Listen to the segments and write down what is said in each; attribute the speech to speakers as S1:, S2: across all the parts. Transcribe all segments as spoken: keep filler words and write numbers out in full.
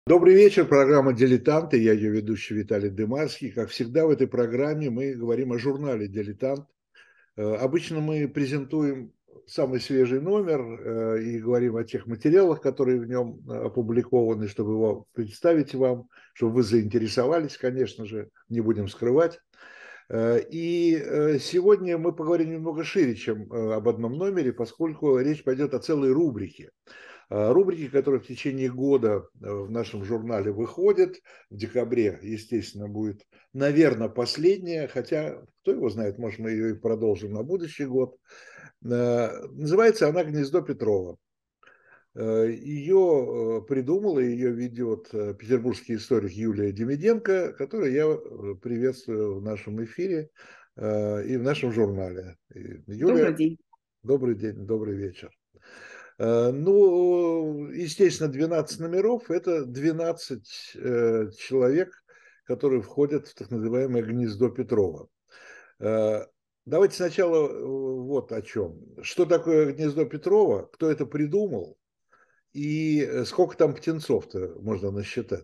S1: Добрый вечер, программа «Дилетанты». Я ее ведущий Виталий Дымарский. Как всегда в этой программе мы говорим о журнале «Дилетант». Э, Обычно мы презентуем самый свежий номер э, и говорим о тех материалах, которые в нем э, опубликованы, чтобы его представить вам, чтобы вы заинтересовались, конечно же, не будем скрывать. Э, И э, сегодня мы поговорим немного шире, чем э, об одном номере, поскольку речь пойдет о целой рубрике. А, Рубрики, которые в течение года э, в нашем журнале выходят. В декабре, естественно, будет, наверное, последняя, хотя, кто его знает, может, мы ее и продолжим на будущий год. Э, Называется она «Гнездо Петрова». Э, Ее э, придумала, ее ведет э, петербургский историк Юлия Демиденко, которую я э, приветствую в нашем эфире э, и в нашем журнале. И, Юлия,
S2: Добрый день.
S1: добрый день, добрый вечер. Э, Ну, естественно, двенадцать номеров – это двенадцать э, человек, которые входят в так называемое гнездо Петрова. Э, Давайте сначала э, вот о чем. Что такое гнездо Петрова, кто это придумал и э, сколько там птенцов-то можно насчитать?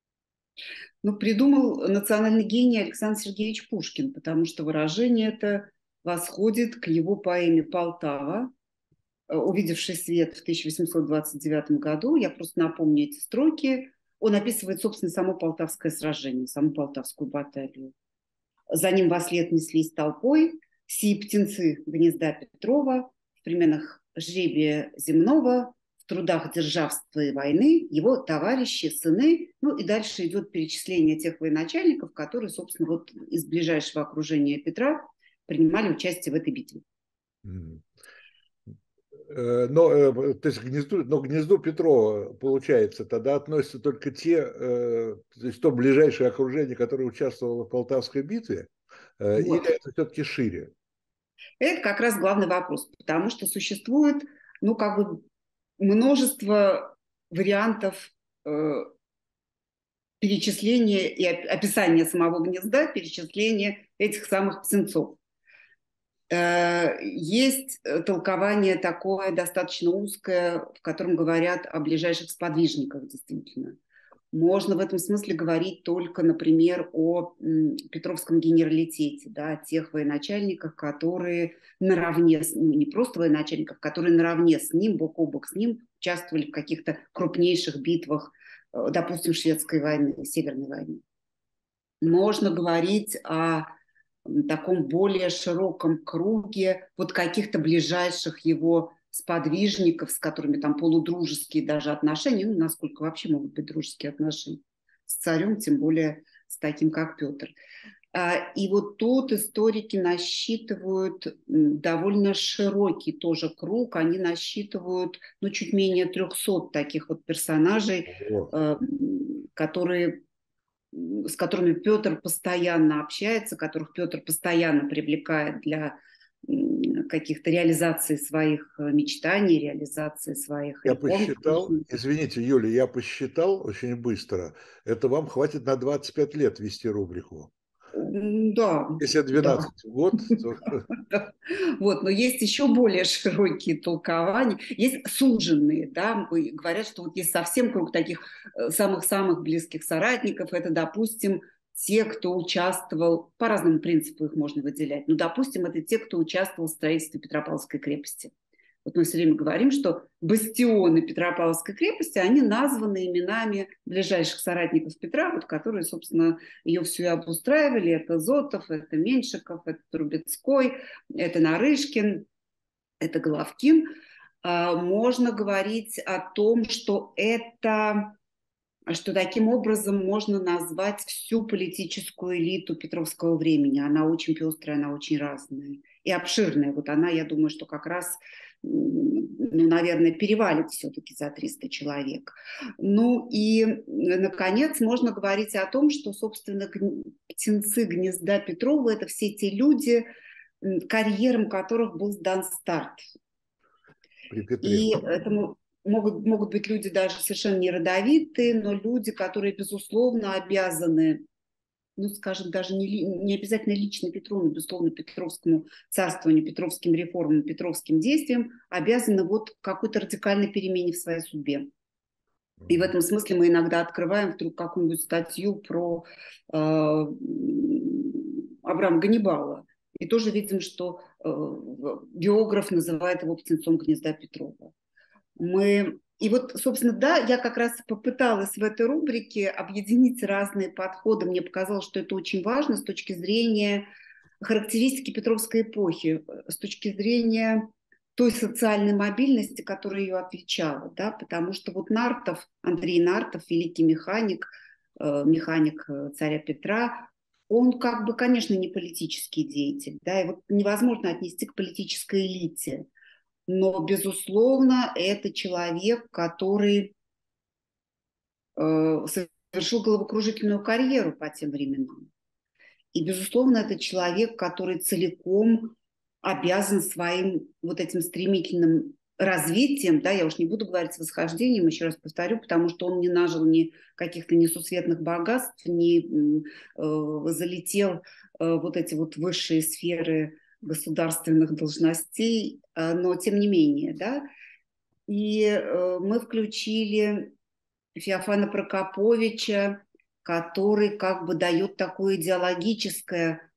S2: Ну, придумал национальный гений Александр Сергеевич Пушкин, потому что выражение это восходит к его поэме «Полтава», э, увидевший свет в тысяча восемьсот двадцать девятом году. Я просто напомню эти строки. Он описывает, собственно, само Полтавское сражение, саму Полтавскую баталию. За ним вослед неслись толпой сии птенцы гнезда Петрова, в переменах жребия земного, в трудах державства и войны, его товарищи, сыны. Ну и дальше идет перечисление тех военачальников, которые, собственно, вот из ближайшего окружения Петра принимали участие в этой битве.
S1: М. Э, Но, э, то есть гнезду, но к гнезду Петрова, получается, тогда относятся только те, э, то есть то ближайшее окружение, которое участвовало в Полтавской битве, э, или
S2: Вот.
S1: это все-таки шире?
S2: Это как раз главный вопрос, потому что существует, ну, как бы множество вариантов э, перечисление и описание самого гнезда, перечисление этих самых птенцов. Есть толкование такое достаточно узкое, в котором говорят о ближайших сподвижниках действительно. Можно в этом смысле говорить только, например, о Петровском генералитете, да, тех военачальниках, которые наравне, с, ну, не просто военачальников, которые наравне с ним, бок о бок с ним, участвовали в каких-то крупнейших битвах, допустим, шведской войны, Северной войны. Можно говорить о таком более широком круге вот каких-то ближайших его сподвижников, с которыми там полудружеские даже отношения, ну, насколько вообще могут быть дружеские отношения с царем, тем более с таким, как Петр. И вот тут историки насчитывают довольно широкий тоже круг, они насчитывают, ну, чуть менее трехсот таких вот персонажей,
S1: О.
S2: которые с которыми Петр постоянно общается, которых Петр постоянно привлекает для каких-то реализаций своих мечтаний, реализации своих
S1: Я
S2: реформ.
S1: посчитал, извините, Юля, я посчитал очень быстро, это вам хватит на двадцать пять лет вести рубрику.
S2: Да,
S1: Если
S2: да.
S1: двенадцать в год, то...
S2: Да. Вот, но есть еще более широкие толкования, есть суженные, да, говорят, что вот есть совсем круг таких э, самых-самых близких соратников, это, допустим, те, кто участвовал, по разному принципу их можно выделять, но, допустим, это те, кто участвовал в строительстве Петропавловской крепости. Вот мы все время говорим, что бастионы Петропавловской крепости, они названы именами ближайших соратников Петра, вот, которые, собственно, ее всю и обустраивали. Это Зотов, это Меньшиков, это Трубецкой, это Нарышкин, это Головкин. Можно говорить о том, что это что таким образом можно назвать всю политическую элиту Петровского времени. Она очень пестрая, она очень разная и обширная. Вот она, я думаю, что как раз, ну, наверное, перевалит все-таки за триста человек. Ну и, наконец, можно говорить о том, что, собственно, птенцы гнезда Петрова – это все те люди, карьерам которых был дан старт.
S1: При Петре.
S2: И этому могут, могут быть люди даже совершенно не родовитые, но люди, которые, безусловно, обязаны, ну, скажем, даже не, не обязательно лично Петру, но, безусловно, Петровскому царствованию, Петровским реформам, Петровским действиям, обязаны вот какой-то радикальной перемене в своей судьбе. И в этом смысле мы иногда открываем вдруг какую-нибудь статью про э, Авраама Ганнибала. И тоже видим, что э, биограф называет его птенцом гнезда Петрова. Мы... И вот, собственно, да, я как раз попыталась в этой рубрике объединить разные подходы. Мне показалось, что это очень важно с точки зрения характеристики Петровской эпохи, с точки зрения той социальной мобильности, которая ее отличала. Да? Потому что вот Нартов, Андрей Нартов, великий механик, э, механик царя Петра, он как бы, конечно, не политический деятель. Да? Его невозможно отнести к политической элите. Но, безусловно, это человек, который э, совершил головокружительную карьеру по тем временам. И, безусловно, это человек, который целиком обязан своим вот этим стремительным развитием, да, я уж не буду говорить восхождением, еще раз повторю, потому что он не нажил ни каких-то несусветных богатств, не э, залетел э, вот эти вот высшие сферы государственных должностей, э, но тем не менее, да. И э, мы включили Феофана Прокоповича, который как бы дает такое идеологическое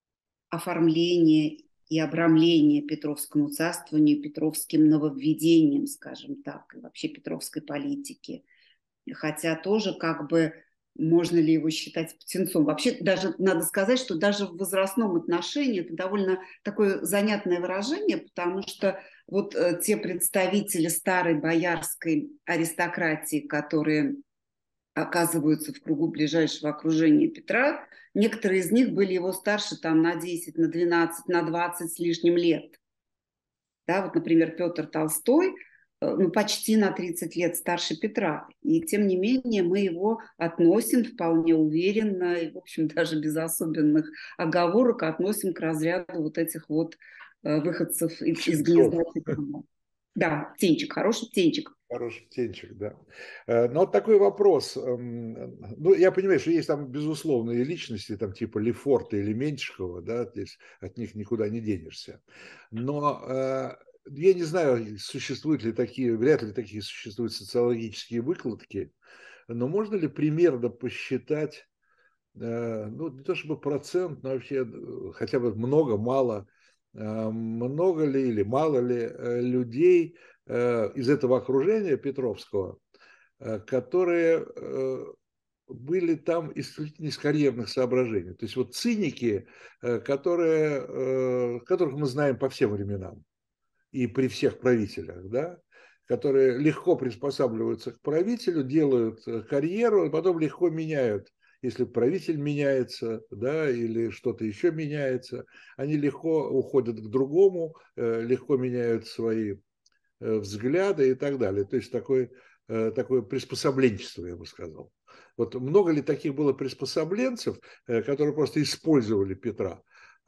S2: оформление и обрамление Петровскому царствованию, Петровским нововведением, скажем так, и вообще Петровской политики. Хотя тоже как бы можно ли его считать птенцом. Вообще даже надо сказать, что даже в возрастном отношении это довольно такое занятное выражение, потому что вот э, те представители старой боярской аристократии, которые оказываются в кругу ближайшего окружения Петра, некоторые из них были его старше там, на десять, на двенадцать, на двадцать с лишним лет. Да, вот, например, Петр Толстой, ну, почти на тридцать лет старше Петра. И тем не менее мы его относим вполне уверенно, и, в общем, даже без особенных оговорок относим к разряду вот этих вот выходцев из, из гнезда Петра. Да, птенчик, хороший птенчик.
S1: Хороший птенчик, да. Но вот такой вопрос. Ну, я понимаю, что есть там безусловные личности, там типа Лефорта или Меньшикова, да, здесь от них никуда не денешься. Но я не знаю, существуют ли такие, вряд ли такие существуют социологические выкладки, но можно ли примерно посчитать, ну, не то чтобы процент, но вообще хотя бы много, мало, много ли или мало ли людей из этого окружения Петровского, которые были там исключительно из карьерных соображений. То есть вот циники, которые, которых мы знаем по всем временам и при всех правителях, да, которые легко приспосабливаются к правителю, делают карьеру, а потом легко меняют. Если правитель меняется, да, или что-то еще меняется, они легко уходят к другому, легко меняют свои взгляды и так далее. То есть такое, такое приспособленчество, я бы сказал. Вот много ли таких было приспособленцев, которые просто использовали Петра?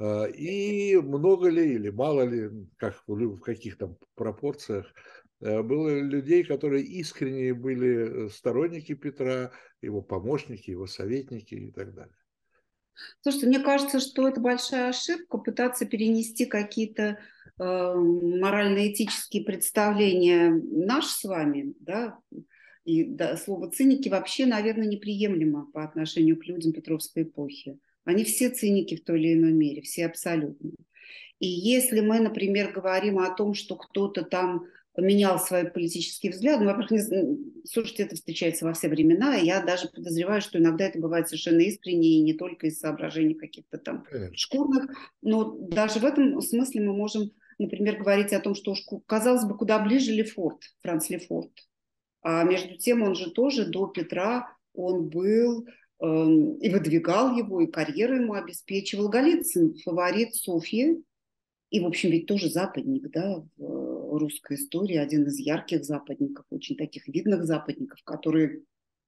S1: И много ли или мало ли, как, в каких там пропорциях, было людей, которые искренне были сторонники Петра, его помощники, его советники и так далее?
S2: Слушайте, мне кажется, что это большая ошибка пытаться перенести какие-то э, морально-этические представления наши с вами, да, и да, слово циники вообще, наверное, неприемлемо по отношению к людям Петровской эпохи. Они все циники в той или иной мере, все абсолютно. И если мы, например, говорим о том, что кто-то там менял свои политические взгляды, ну, во-первых, не, слушайте, это встречается во все времена, и я даже подозреваю, что иногда это бывает совершенно искренне, и не только из соображений каких-то там шкурных, но даже в этом смысле мы можем, например, говорить о том, что, казалось бы, куда ближе Лефорт, Франц Лефорт. А между тем он же тоже до Петра, он был э, и выдвигал его, и карьеру ему обеспечивал. Голицын, фаворит Софьи, и, в общем, ведь тоже западник, да, в русской истории, один из ярких западников, очень таких видных западников, который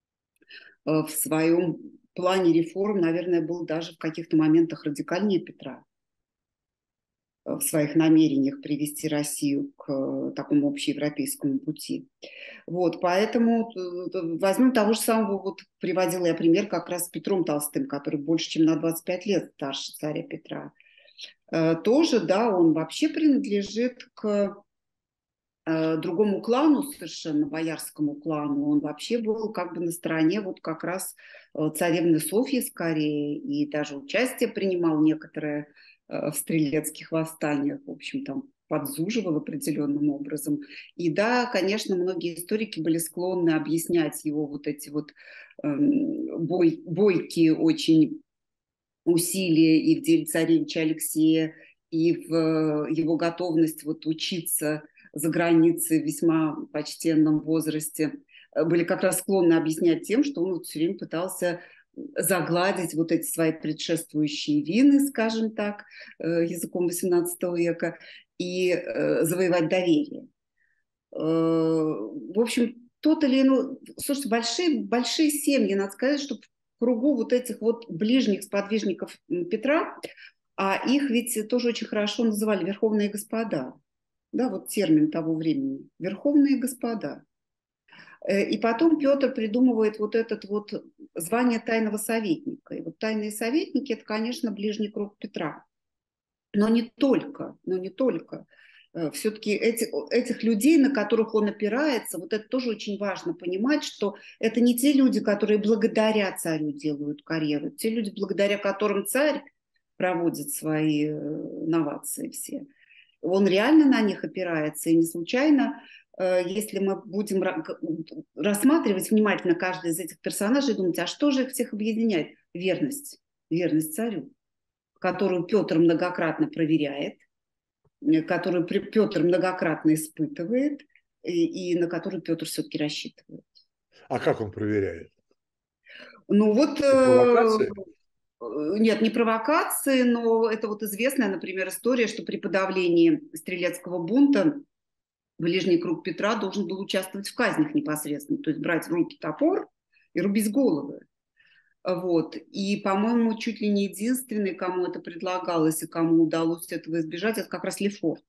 S2: в своем плане реформ, наверное, был даже в каких-то моментах радикальнее Петра в своих намерениях привести Россию к такому общеевропейскому пути. Вот, поэтому возьмем того же самого, вот приводила я пример как раз с Петром Толстым, который больше, чем на двадцать пять лет старше царя Петра. Тоже, да, он вообще принадлежит к другому клану, совершенно боярскому клану, он вообще был как бы на стороне вот как раз царевны Софьи скорее, и даже участие принимал некоторое в стрелецких восстаниях, в общем, там подзуживал определенным образом. И да, конечно, многие историки были склонны объяснять его вот эти вот бой, бойкие очень усилия и в деле царевича Алексея, и в его готовность вот учиться за границей в весьма почтенном возрасте, были как раз склонны объяснять тем, что он вот все время пытался загладить вот эти свои предшествующие вины, скажем так, языком восемнадцатого века, и завоевать доверие. В общем, тот или иной... Слушайте, большие, большие семьи, надо сказать, что в кругу вот этих вот ближних сподвижников Петра, а их ведь тоже очень хорошо называли верховные господа. Да, вот термин того времени. Верховные господа. И потом Петр придумывает вот это вот звание тайного советника. И вот тайные советники – это, конечно, ближний круг Петра. Но не только, но не только. Все-таки эти, этих людей, на которых он опирается, вот это тоже очень важно понимать, что это не те люди, которые благодаря царю делают карьеру, те люди, благодаря которым царь проводит свои новации все. Он реально на них опирается, и не случайно, если мы будем рассматривать внимательно каждый из этих персонажей, думать, а что же их всех объединяет? Верность, верность царю, которую Петр многократно проверяет, которую Петр многократно испытывает, и, и на которую Петр все-таки рассчитывает.
S1: А как он проверяет?
S2: Ну вот...
S1: Провокации?
S2: Нет, не провокации, но это вот известная, например, история, что при подавлении стрелецкого бунта ближний круг Петра должен был участвовать в казнях непосредственно, то есть брать в руки топор и рубить головы. Вот. И, по-моему, чуть ли не единственный, кому это предлагалось и кому удалось этого избежать, это как раз Лефорт.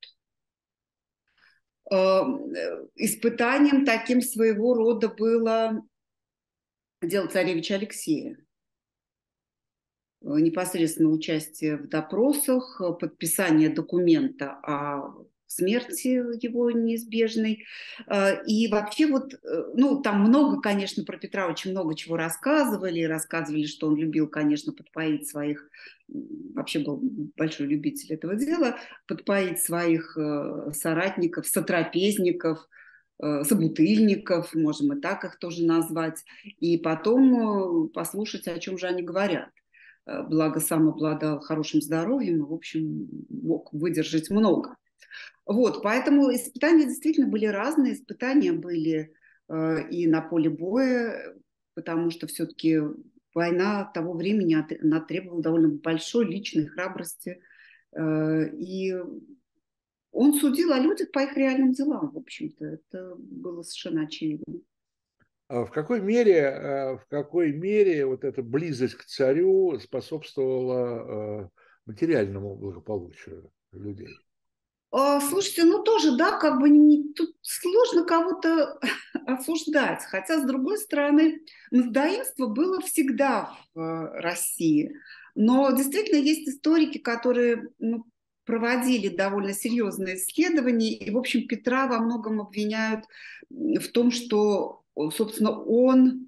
S2: Испытанием таким своего рода было дело царевича Алексея. Непосредственно участие в допросах, подписание документа о смерти его неизбежной. И вообще вот, ну, там много, конечно, про Петра очень много чего рассказывали. Рассказывали, что он любил, конечно, подпоить своих, вообще был большой любитель этого дела, подпоить своих соратников, сотрапезников, собутыльников, можем и так их тоже назвать, и потом послушать, о чем же они говорят. Благо сам обладал хорошим здоровьем и, в общем, мог выдержать много. Вот, поэтому испытания действительно были разные. Испытания были э, и на поле боя, потому что все-таки война того времени, она требовала довольно большой личной храбрости. Э, и он судил о людях по их реальным делам, в общем-то. Это было совершенно очевидно.
S1: В какой мере, в какой мере вот эта близость к царю способствовала материальному благополучию людей?
S2: Слушайте, ну тоже, да, как бы не, тут сложно кого-то осуждать. Хотя, с другой стороны, мздоимство было всегда в России. Но действительно есть историки, которые ну, проводили довольно серьезные исследования. И, в общем, Петра во многом обвиняют в том, что, собственно, он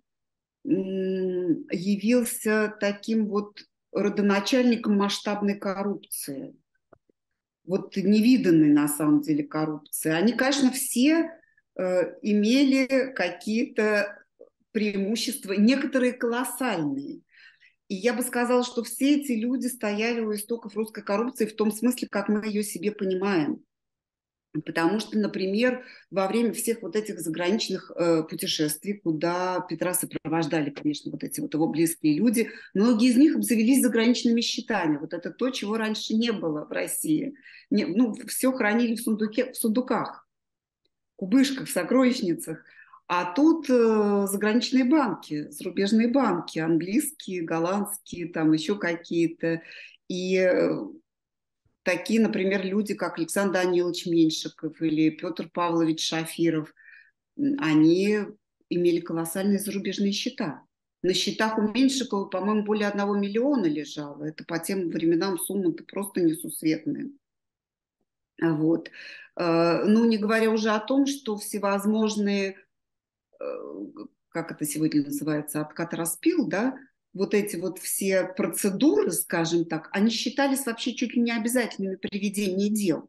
S2: явился таким вот родоначальником масштабной коррупции. Вот невиданной на самом деле коррупции. Они, конечно, все э, имели какие-то преимущества, некоторые колоссальные. И я бы сказала, что все эти люди стояли у истоков русской коррупции в том смысле, как мы ее себе понимаем. Потому что, например, во время всех вот этих заграничных э, путешествий, куда Петра сопровождали, конечно, вот эти вот его близкие люди, многие из них обзавелись заграничными счетами. Вот это то, чего раньше не было в России. Не, ну, все хранили в, сундуке, в сундуках, кубышках, сокровищницах. А тут э, заграничные банки, зарубежные банки, английские, голландские, там еще какие-то. И... Э, Такие, например, люди, как Александр Данилович Меньшиков или Петр Павлович Шафиров, они имели колоссальные зарубежные счета. На счетах у Меньшикова, по-моему, более одного миллиона лежало. Это по тем временам суммы-то просто несусветные. Вот. Ну, не говоря уже о том, что всевозможные, как это сегодня называется, откат-распил, да, вот эти вот все процедуры, скажем так, они считались вообще чуть ли не обязательными при ведении дел.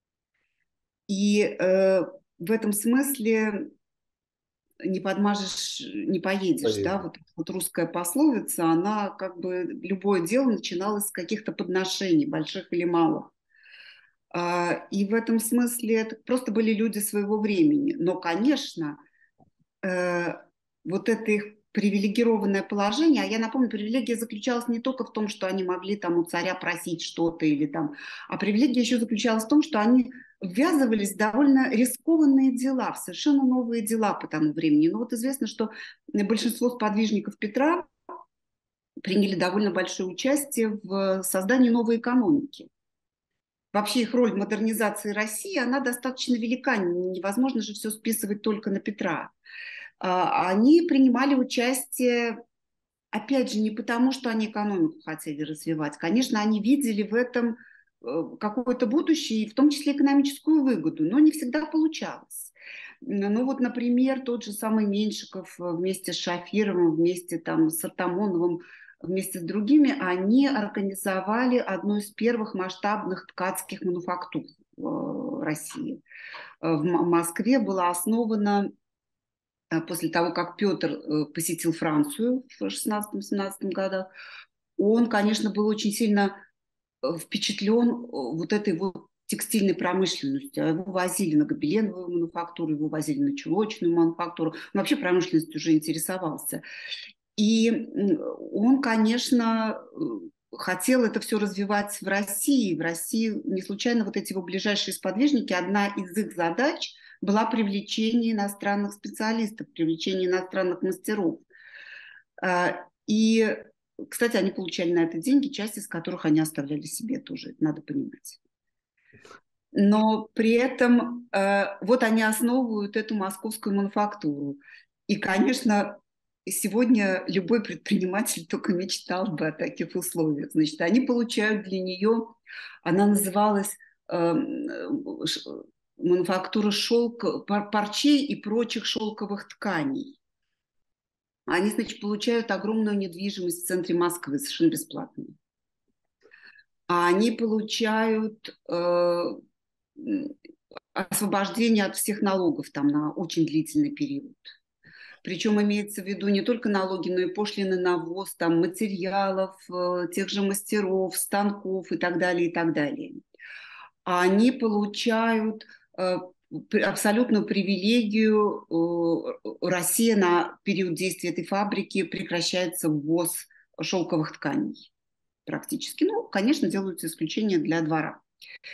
S2: И э, в этом смысле не подмажешь, не поедешь, да, вот, вот русская пословица, она как бы, любое дело начиналось с каких-то подношений, больших или малых. А, и в этом смысле это просто были люди своего времени. Но, конечно, э, вот это их привилегированное положение, а я напомню, привилегия заключалась не только в том, что они могли там у царя просить что-то или там, а привилегия еще заключалась в том, что они ввязывались в довольно рискованные дела, в совершенно новые дела по тому времени. Ну вот известно, что большинство сподвижников Петра приняли довольно большое участие в создании новой экономики. Вообще их роль в модернизации России, она достаточно велика. Невозможно же все списывать только на Петра. Они принимали участие, опять же, не потому, что они экономику хотели развивать. Конечно, они видели в этом какое-то будущее, в том числе экономическую выгоду, но не всегда получалось. Ну вот, например, тот же самый Меньшиков вместе с Шафировым, вместе там, с Артамоновым, вместе с другими, они организовали одну из первых масштабных ткацких мануфактур в России. В Москве была основана после того, как Петр посетил Францию в шестнадцатом-семнадцатом годах. Он, конечно, был очень сильно впечатлен вот этой вот текстильной промышленностью. Его возили на гобеленовую мануфактуру, его возили на чулочную мануфактуру. Он вообще промышленностью уже интересовался. И он, конечно, хотел это все развивать в России. В России не случайно вот эти его ближайшие сподвижники, одна из их задач была привлечение иностранных специалистов, привлечение иностранных мастеров. И, кстати, они получали на это деньги, часть из которых они оставляли себе тоже, это надо понимать. Но при этом вот они основывают эту московскую мануфактуру. И, конечно, сегодня любой предприниматель только мечтал бы о таких условиях. Значит, они получают для нее, она называлась э, мануфактура шелка, парчей и прочих шелковых тканей. Они, значит, получают огромную недвижимость в центре Москвы, совершенно бесплатно. А они получают э, освобождение от всех налогов там на очень длительный период. Причем имеется в виду не только налоги, но и пошлины на ввоз там, материалов, тех же мастеров, станков и так далее, и так далее. А они получают э, абсолютную привилегию. Э, Россия на период действия этой фабрики прекращается ввоз шелковых тканей практически. Ну, конечно, делаются исключения для двора.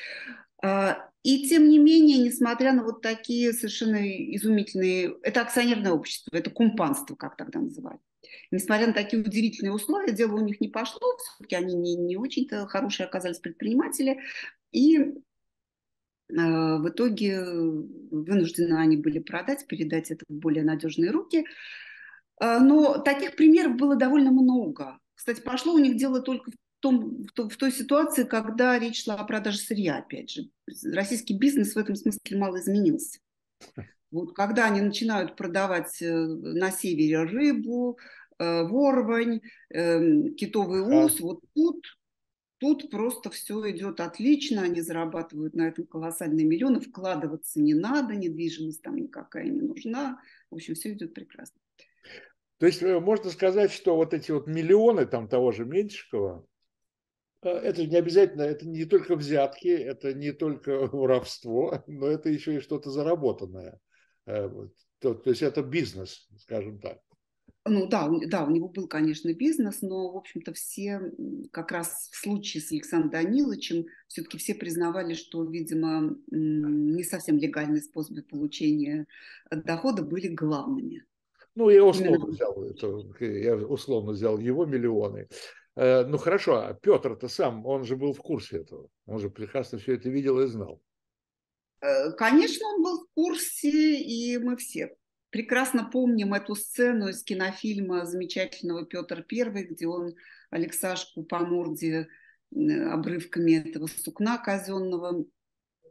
S2: И тем не менее, несмотря на вот такие совершенно изумительные... Это акционерное общество, это кумпанство, как тогда называли. Несмотря на такие удивительные условия, дело у них не пошло. Все-таки они не, не очень-то хорошие оказались предприниматели. И э, в итоге вынуждены они были продать, передать это в более надежные руки. Э, но таких примеров было довольно много. Кстати, пошло у них дело только в В, том, в той ситуации, когда речь шла о продаже сырья, опять же. Российский бизнес в этом смысле мало изменился. Вот когда они начинают продавать на севере рыбу, ворвань, китовый ус, вот тут, тут просто все идет отлично, они зарабатывают на этом колоссальные миллионы, вкладываться не надо, недвижимость там никакая не нужна, в общем, все идет прекрасно.
S1: То есть можно сказать, что вот эти вот миллионы там того же Меньшикова, это не обязательно, это не только взятки, это не только воровство, но это еще и что-то заработанное. То, то есть это бизнес, скажем так.
S2: Ну да, да, у него был, конечно, бизнес, но, в общем-то, все, как раз в случае с Александром Даниловичем, все-таки все признавали, что, видимо, не совсем легальные способы получения дохода были главными.
S1: Ну, я условно взял это, я условно взял его миллионы. Ну хорошо, а Петр-то сам, он же был в курсе этого, он же прекрасно все это видел и знал.
S2: Конечно, он был в курсе, и мы все прекрасно помним эту сцену из кинофильма замечательного «Петр Первый», где он Алексашку по морде обрывками этого сукна казенного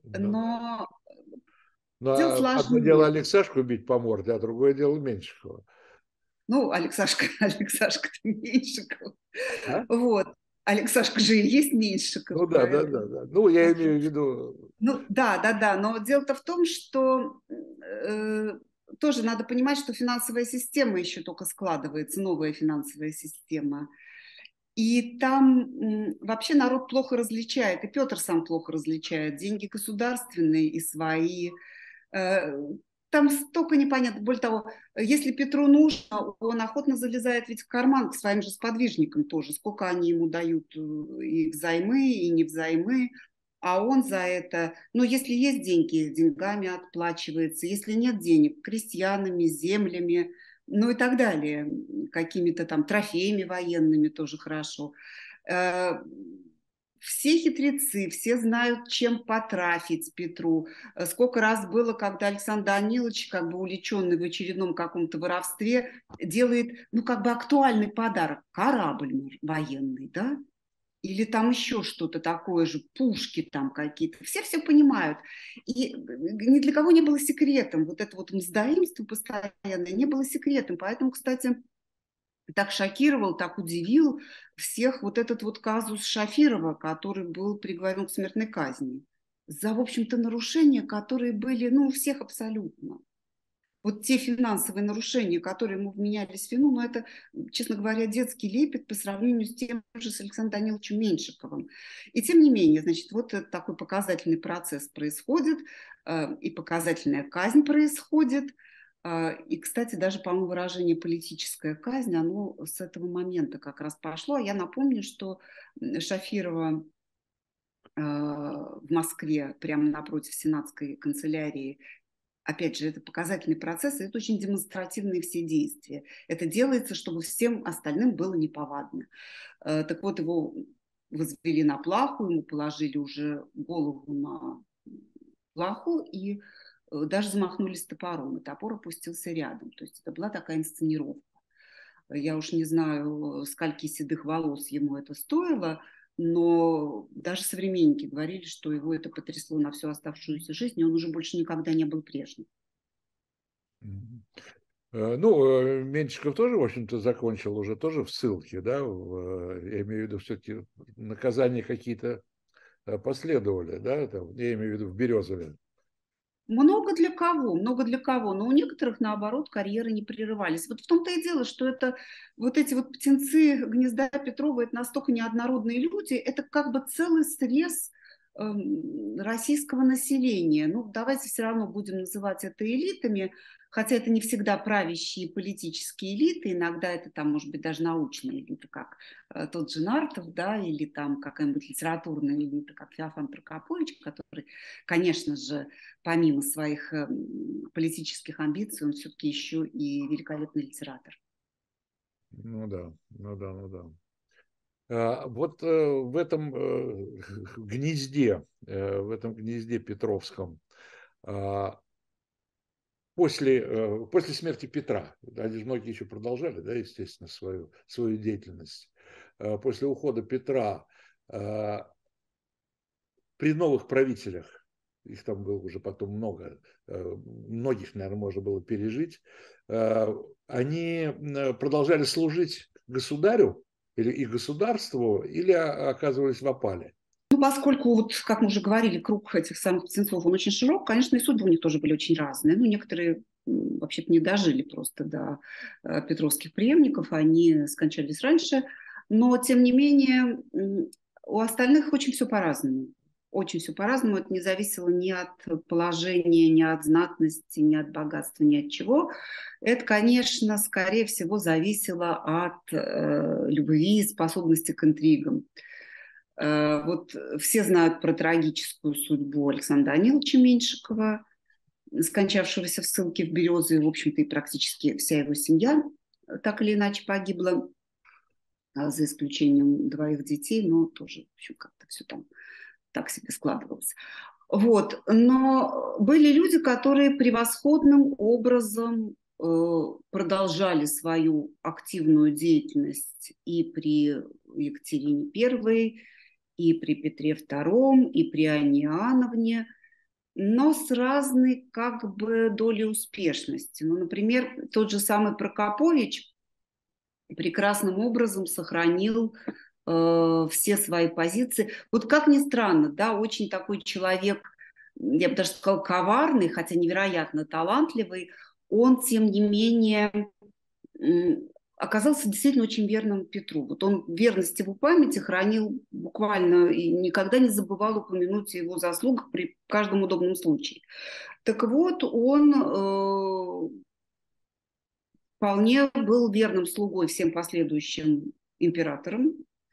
S1: Ну, да.
S2: Но
S1: Ну,
S2: дел
S1: а одно дело
S2: сложнее.
S1: Алексашку бить по морде, а другое дело Меньшикова.
S2: Ну, Алексашка, Алексашка-то Меньшиков.
S1: А?
S2: Вот. Алексашка же и есть Меньшиков,
S1: Ну да, да, да,
S2: поэтому...
S1: да. Ну, я имею в виду.
S2: Ну, да, да, да. Но дело-то в том, что э, тоже надо понимать, что финансовая система еще только складывается, новая финансовая система. И там м, вообще народ плохо различает, и Петр сам плохо различает деньги государственные и свои. Э, Там столько непонятно. Более того, если Петру нужно, он охотно залезает ведь в карман к своим же сподвижникам тоже. Сколько они ему дают э, и взаймы, и не взаймы. А он за это, ну, если есть деньги, деньгами отплачивается. Если нет денег, крестьянами, землями, ну и так далее. Какими-то там трофеями военными тоже хорошо. Э, Все хитрецы, все знают, чем потрафить Петру. Э, Сколько раз было, когда Александр Данилович, как бы увлеченный в очередном каком-то воровстве, делает, ну, как бы актуальный подарок. Корабль военный, да? Или там еще что-то такое же, пушки там какие-то. Все все понимают. И ни для кого не было секретом. Вот это вот мздоимство постоянное не было секретом. Поэтому, кстати, так шокировал, так удивил всех вот этот вот казус Шафирова, который был приговорен к смертной казни. За, в общем-то, нарушения, которые были, ну, у всех абсолютно. Вот те финансовые нарушения, которые ему вменялись в вину, но это, честно говоря, детский лепет по сравнению с тем же с Александром Даниловичем Меньшиковым. И тем не менее, значит, вот такой показательный процесс происходит, э, и показательная казнь происходит. Э, И, кстати, даже, по-моему, выражение «политическая казнь», оно с этого момента как раз пошло. А я напомню, что Шафирова э, в Москве, прямо напротив Сенатской канцелярии, опять же, это показательный процесс, и это очень демонстративные все действия. Это делается, чтобы всем остальным было неповадно. Э, Так вот, его возвели на плаху, ему положили уже голову на плаху и э, даже замахнулись топором, и топор опустился рядом. То есть это была такая инсценировка. Я уж не знаю, скольки седых волос ему это стоило, но даже современники говорили, что его это потрясло на всю оставшуюся жизнь, и он уже больше никогда не был прежним.
S1: Мгм. Э, Ну, э, Меньшиков тоже, в общем-то, закончил уже тоже в ссылке, да, в, э, я имею в виду, все-таки наказания какие-то э, последовали, да, там, я имею в виду в Березове.
S2: Много для кого, много для кого, но у некоторых, наоборот, карьеры не прерывались. Вот в том-то и дело, что это вот эти вот птенцы гнезда Петрова, это настолько неоднородные люди, это как бы целый срез эм, российского населения. Ну, давайте все равно будем называть это элитами, хотя это не всегда правящие политические элиты, иногда это там, может быть, даже научные элиты, как э, тот же Нартов, да, или там какая-нибудь литературная элита, как Феофан Прокопович, который, конечно же, помимо своих э, политических амбиций, он все-таки еще и великолепный литератор.
S1: Ну да, ну да, ну да. А, Вот э, в этом э, гнезде, э, в этом гнезде Петровском, а, после, э, после смерти Петра, они же многие еще продолжали, да, естественно, свою, свою деятельность, э, после ухода Петра э, при новых правителях, их там было уже потом много, э, многих, наверное, можно было пережить, э, они э, продолжали служить государю или и государству, или о- оказывались в опале.
S2: Ну, поскольку, вот, как мы уже говорили, круг этих самых птенцов, он очень широк, конечно, и судьбы у них тоже были очень разные. Ну, некоторые м, вообще-то не дожили просто до э, петровских преемников, они скончались раньше, но, тем не менее, м, у остальных очень все по-разному. Очень все по-разному, это не зависело ни от положения, ни от знатности, ни от богатства, ни от чего. Это, конечно, скорее всего, зависело от э, любви и способности к интригам. Э, Вот все знают про трагическую судьбу Александра Даниловича Меньшикова, скончавшегося в ссылке в Березове, в общем-то, и практически вся его семья так или иначе погибла, а, за исключением двоих детей, но тоже, в общем, как-то все там так себе складывалось. Вот. Но были люди, которые превосходным образом э, продолжали свою активную деятельность и при Екатерине Первой, и при Петре Втором, и при Анне Иоанновне. но с разной как бы долей успешности. Ну, например, тот же самый Прокопович прекрасным образом сохранил э, все свои позиции. Вот как ни странно, да, очень такой человек, я бы даже сказала, коварный, хотя невероятно талантливый, он, тем не менее, оказался действительно очень верным Петру. Вот он верность его памяти хранил буквально и никогда не забывал упомянуть о его заслугах при каждом удобном случае. Так вот, он э, вполне был верным слугой всем последующим императорам.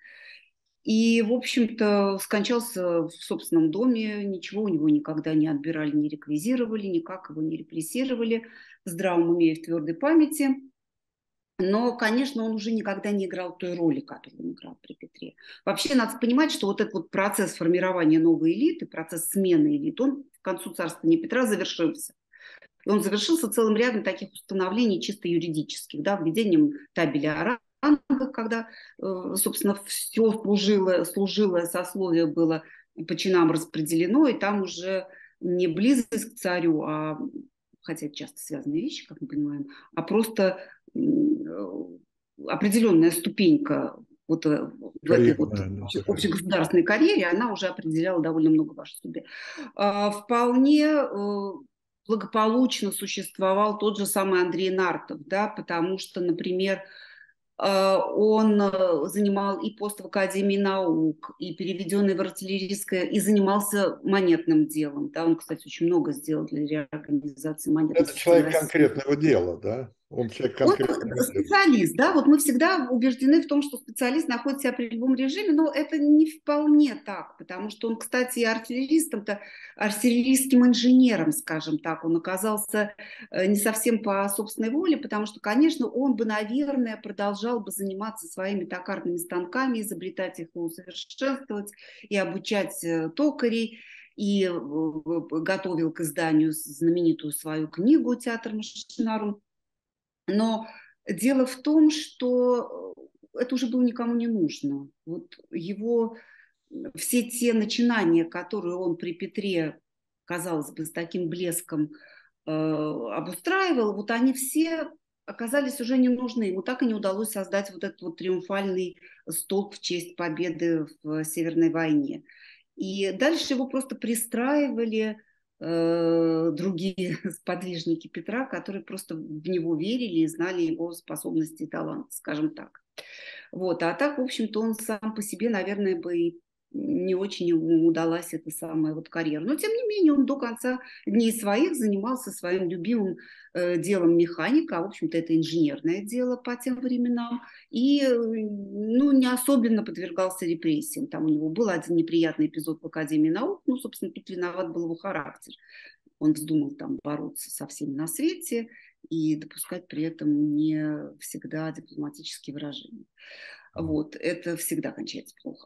S2: И, в общем-то, скончался в собственном доме, ничего у него никогда не отбирали, не реквизировали, никак его не репрессировали, в здравом уме и в твердой памяти. Но, конечно, он уже никогда не играл той роли, которую он играл при Петре. Вообще, надо понимать, что вот этот вот процесс формирования новой элиты, процесс смены элит, он к концу царствования Петра завершился. И он завершился целым рядом таких установлений чисто юридических, да, введением табеля о рангах, когда, собственно, все служилое, служилое сословие было по чинам распределено, и там уже не близость к царю, а, хотя это часто связанные вещи, как мы понимаем, а просто определенная ступенька вот в этой вот общегосударственной карьере, она уже определяла довольно много вашей судьбы. Вполне благополучно существовал тот же самый Андрей Нартов, да, потому что, например, он занимал и пост в Академии наук, и переведенный в артиллерийское, и занимался монетным делом. Да, он, кстати, очень много сделал для реорганизации монетной
S1: Это человек конкретного дела, да? Он человек конкретного
S2: Он специалист, да, вот мы всегда убеждены в том, что специалист находит себя при любом режиме, но это не вполне так, потому что он, кстати, и артиллеристом-то, артиллерийским инженером, скажем так, он оказался не совсем по собственной воле, потому что, конечно, он бы, наверное, продолжал бы заниматься своими токарными станками, изобретать их и усовершенствовать, и обучать токарей, и готовил к изданию знаменитую свою книгу «Театр Машинарум». Но дело в том, что это уже было никому не нужно. Вот его все те начинания, которые он при Петре, казалось бы, с таким блеском э, обустраивал, вот они все оказались уже не нужны. Ему так и не удалось создать вот этот вот триумфальный столб в честь победы в Северной войне. И дальше его просто пристраивали другие сподвижники Петра, которые просто в него верили и знали его способности и талант, скажем так. Вот. А так, в общем-то, он сам по себе, наверное, бы и не очень ему удалась эта самая вот карьера. Но, тем не менее, он до конца дней своих занимался своим любимым э, делом механика, а, в общем-то, это инженерное дело по тем временам, и ну, не особенно подвергался репрессиям. Там у него был один неприятный эпизод в Академии наук, ну, собственно, тут виноват был его характер. Он вздумал там бороться со всеми на свете и допускать при этом не всегда дипломатические выражения. Вот, это всегда кончается плохо.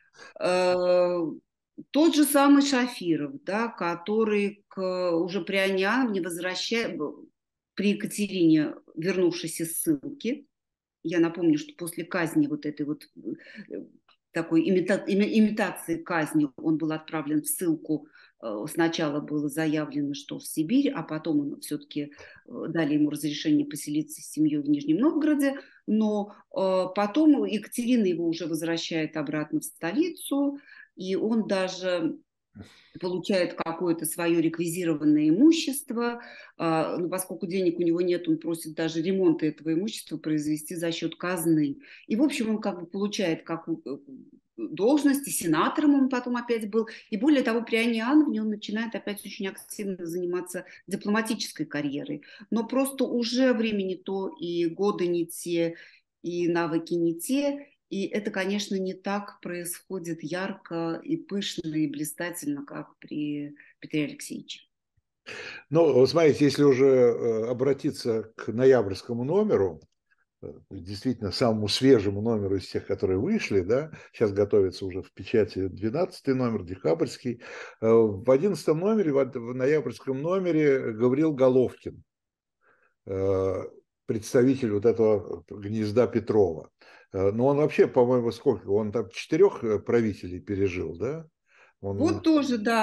S2: Тот же самый Шафиров, да, который к, уже при Аниане возвращает, при Екатерине, вернувшись из ссылки, я напомню, что после казни вот этой вот такой имита, имитации казни он был отправлен в ссылку. Сначала было заявлено, что в Сибирь, а потом он все-таки дали ему разрешение поселиться с семьей в Нижнем Новгороде, но потом Екатерина его уже возвращает обратно в столицу, и он даже получает какое-то свое реквизированное имущество, но поскольку денег у него нет, он просит даже ремонт этого имущества произвести за счет казны. И, в общем, он как бы получает как должность, и сенатором он потом опять был. И более того, при Анне Иоанновне он начинает опять очень активно заниматься дипломатической карьерой. Но просто уже времени то, и годы не те, и навыки не те. И это, конечно, не так происходит ярко и пышно и блистательно, как при Петре Алексеевиче.
S1: Ну, смотрите, если уже обратиться к ноябрьскому номеру, действительно самому свежему номеру из тех, которые вышли, да, сейчас готовится уже в печати двенадцатый номер, декабрьский, в одиннадцатом номере, в ноябрьском номере Гавриил Головкин, представитель вот этого гнезда Петрова. Но он вообще, по-моему, сколько? Он там четырех правителей пережил, да? Он...
S2: Вот тоже, да.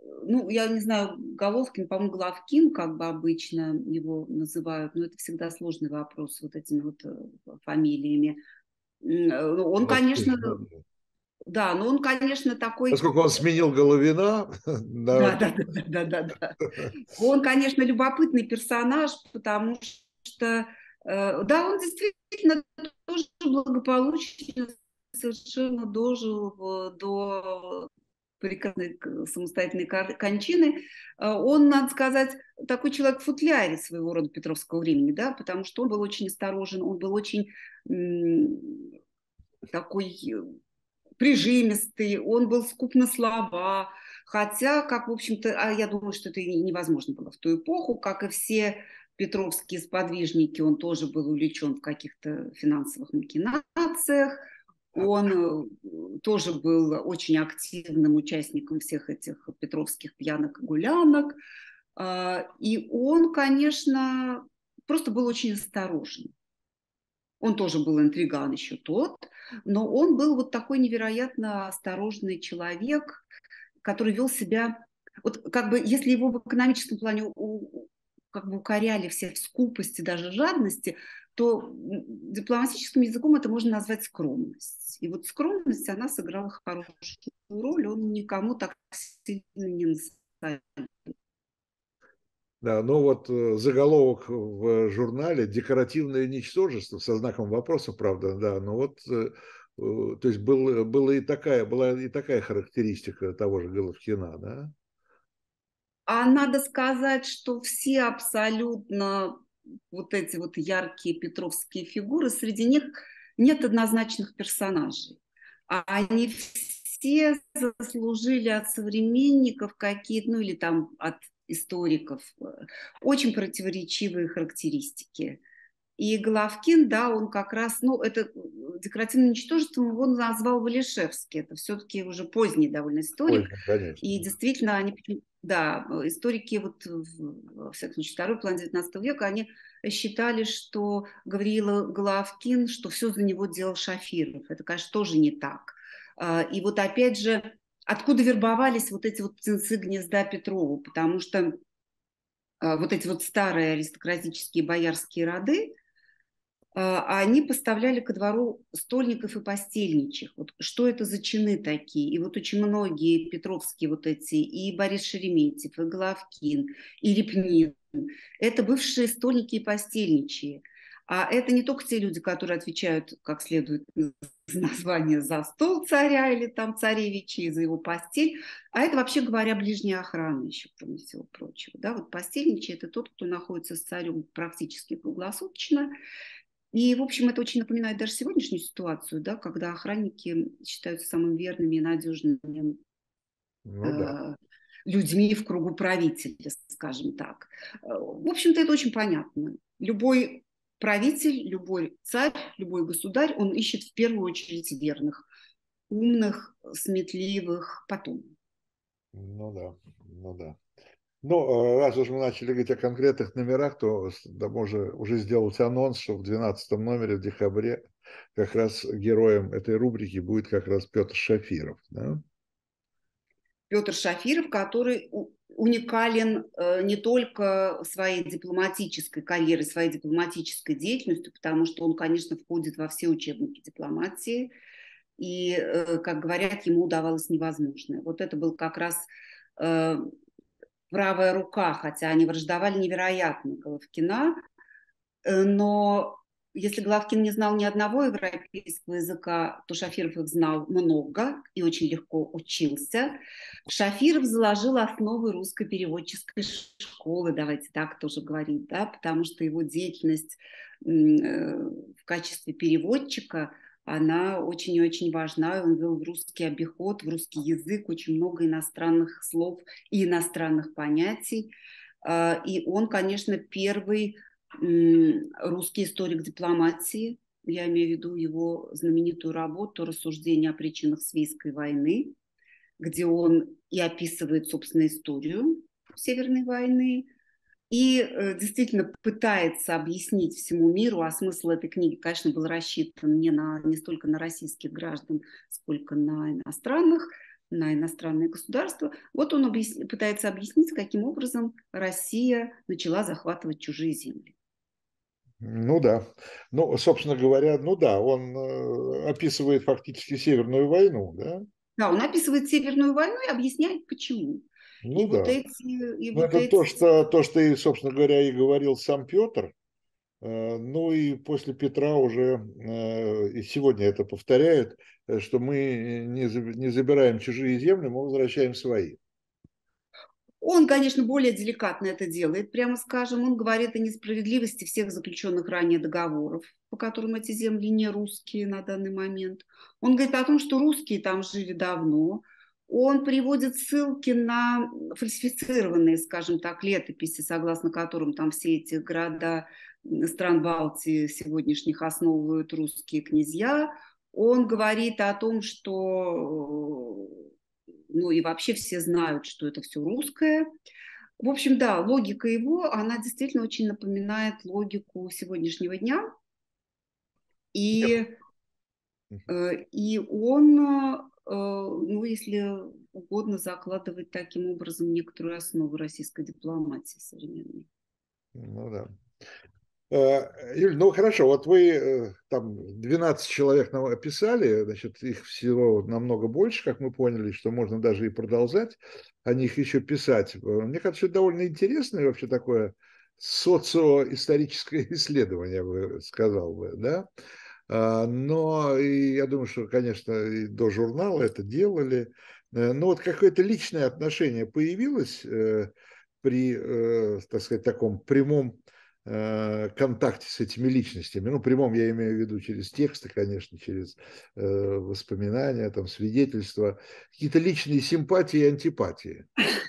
S2: ну, я не знаю, Головкин, по-моему, Главкин, как бы обычно его называют, но это всегда сложный вопрос вот этими вот фамилиями. Он, конечно,
S1: Головкин, ну,
S2: да, но он, конечно, такой...
S1: поскольку он сменил Головина,
S2: Да,
S1: да.
S2: да, да, да, да, да. Он, конечно, любопытный персонаж, потому что, да, он действительно тоже благополучно совершенно дожил до прекрасной самостоятельной кончины. Он, надо сказать, такой человек в футляре своего рода петровского времени, да, потому что он был очень осторожен, он был очень такой прижимистый, он был скуп на слова, хотя, как, в общем-то, а я думаю, что это невозможно было в ту эпоху, как и все петровские сподвижники, он тоже был увлечен в каких-то финансовых махинациях, он тоже был очень активным участником всех этих петровских пьянок и гулянок, и он, конечно, просто был очень осторожен. Он тоже был интриган еще тот, но он был вот такой невероятно осторожный человек, который вел себя... Вот как бы если его в экономическом плане у, как бы укоряли все в скупости, даже жадности, то дипломатическим языком это можно назвать скромность. И вот скромность, она сыграла хорошую роль, он никому так сильно не насадил.
S1: Да, ну вот заголовок в журнале «Декоративное ничтожество» со знаком вопроса, правда, да, но вот, то есть был, была, и такая, была и такая характеристика того же Головкина, да?
S2: А надо сказать, что все абсолютно вот эти вот яркие петровские фигуры, среди них нет однозначных персонажей. А они все заслужили от современников какие-то, ну или там от историков, очень противоречивые характеристики. И Головкин, да, он как раз, ну, это декоративным ничтожеством его назвал Валишевский. Это все-таки уже поздний довольно историк.
S1: Поздно, конечно.
S2: И действительно, они, да, историки, вот, во всяком случае, второй половины девятнадцатого века, они считали, что Гавриил Головкин, что все за него делал Шафиров. Это, конечно, тоже не так. И вот опять же, откуда вербовались вот эти вот птенцы гнезда Петрова? Потому что вот эти вот старые аристократические боярские роды, они поставляли ко двору стольников и постельничих. Вот что это за чины такие? И вот очень многие петровские вот эти, и Борис Шереметьев, и Головкин, и Репнин, это бывшие стольники и постельничьи. А это не только те люди, которые отвечают, как следует, за название за стол царя или там царевича, и за его постель, а это, вообще говоря, ближняя охрана еще, кроме всего прочего. Да? Вот постельничий – это тот, кто находится с царем практически круглосуточно. И, в общем, это очень напоминает даже сегодняшнюю ситуацию, да, когда охранники считаются самыми верными и надежными
S1: Ну, да.
S2: людьми в кругу правителя, скажем так. В общем-то, это очень понятно. Любой правитель, любой царь, любой государь, он ищет в первую очередь верных, умных, сметливых потомок.
S1: Ну да, ну да. Ну, раз уж мы начали говорить о конкретных номерах, то да, можно уже сделать анонс, что в двенадцатом номере в декабре как раз героем этой рубрики будет как раз Петр Шафиров. Да?
S2: Петр Шафиров, который уникален не только своей дипломатической карьерой, своей дипломатической деятельностью, потому что он, конечно, входит во все учебники дипломатии, и, как говорят, ему удавалось невозможное. Вот это был как раз правая рука, хотя они враждовали невероятно Головкина, но если Головкин не знал ни одного европейского языка, то Шафиров их знал много и очень легко учился. Шафиров заложил основы русской переводческой школы, давайте так тоже говорить, да, потому что его деятельность в качестве переводчика, она очень и очень важна. Он ввел в русский обиход, в русский язык очень много иностранных слов и иностранных понятий. И он, конечно, первый русский историк дипломатии. Я имею в виду его знаменитую работу «Рассуждения о причинах Свейской войны», где он и описывает, собственно, историю Северной войны, и э, действительно пытается объяснить всему миру, а смысл этой книги, конечно, был рассчитан не, на, не столько на российских граждан, сколько на иностранных, на иностранные государства. Вот он объяс... пытается объяснить, каким образом Россия начала захватывать чужие земли.
S1: Ну да. Ну, собственно говоря, ну да, он э, описывает фактически Северную войну, да?
S2: Да, он описывает Северную войну и объясняет, почему. И
S1: Ну
S2: вот
S1: да.
S2: эти, и
S1: Ну
S2: вот
S1: это то,
S2: эти
S1: что, то, что и, собственно говоря, и говорил сам Петр. Э, Ну и после Петра уже, э, и сегодня это повторяют, э, что мы не заб- не забираем чужие земли, мы возвращаем свои.
S2: Он, конечно, более деликатно это делает, прямо скажем. Он говорит о несправедливости всех заключенных ранее договоров, по которым эти земли не русские на данный момент. Он говорит о том, что русские там жили давно. Он приводит ссылки на фальсифицированные, скажем так, летописи, согласно которым там все эти города стран Балтии сегодняшних основывают русские князья. Он говорит о том, что ну и вообще все знают, что это все русское. В общем, да, логика его, она действительно очень напоминает логику сегодняшнего дня. И, э, и он, э, ну, если угодно, закладывает таким образом некоторую основу российской дипломатии современной.
S1: Ну да. Э, Юль, ну хорошо, вот вы э, там двенадцать человек нам описали, значит, их всего намного больше, как мы поняли, что можно даже и продолжать о них еще писать. Э, Мне кажется, это довольно интересное вообще такое социоисторическое исследование, я бы сказал бы, да? А, Но и я думаю, что, конечно, и до журнала это делали. Э, Но вот какое-то личное отношение появилось э, при, э, так сказать, таком прямом э, контакте с этими личностями. Ну, прямом я имею в виду через тексты, конечно, через э, воспоминания, там, свидетельства, какие-то личные симпатии и антипатии.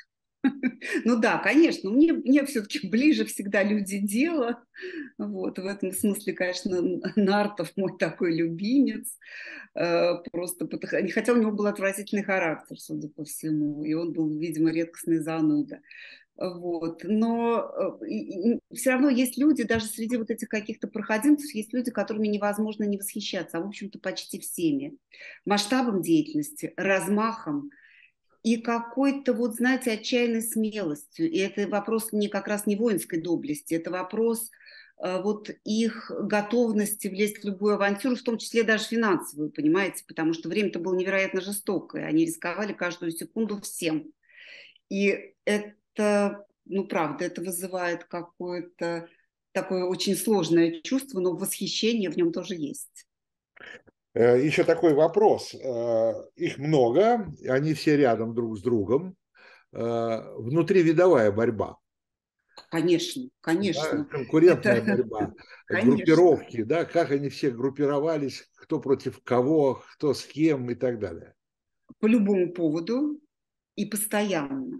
S2: Ну да, конечно, мне, мне все-таки ближе всегда люди дела. Вот, в этом смысле, конечно, Нартов мой такой любимец. Э, Просто, потому- хотя у него был отвратительный характер, судя по всему, и он был, видимо, редкостный зануда. Вот. Но все равно есть люди, даже среди вот этих каких-то проходимцев, есть люди, которыми невозможно не восхищаться, а в общем-то почти всеми. Масштабом деятельности, размахом и какой-то, вот знаете, отчаянной смелостью. И это вопрос не как раз не воинской доблести, это вопрос э, вот их готовности влезть в любую авантюру, в том числе даже финансовую, понимаете, потому что время-то было невероятно жестокое, они рисковали каждую секунду всем. И это, ну, правда, это вызывает какое-то такое очень сложное чувство, но восхищение в нем тоже есть.
S1: Э, Еще такой вопрос. Э, Их много, они все рядом друг с другом. Э, Внутривидовая борьба.
S2: Конечно,
S1: Да,
S2: конечно.
S1: конкурентная
S2: Это,
S1: борьба,
S2: конечно,
S1: группировки, да, как они все группировались, кто против кого, кто с кем и так далее.
S2: по любому поводу и постоянно.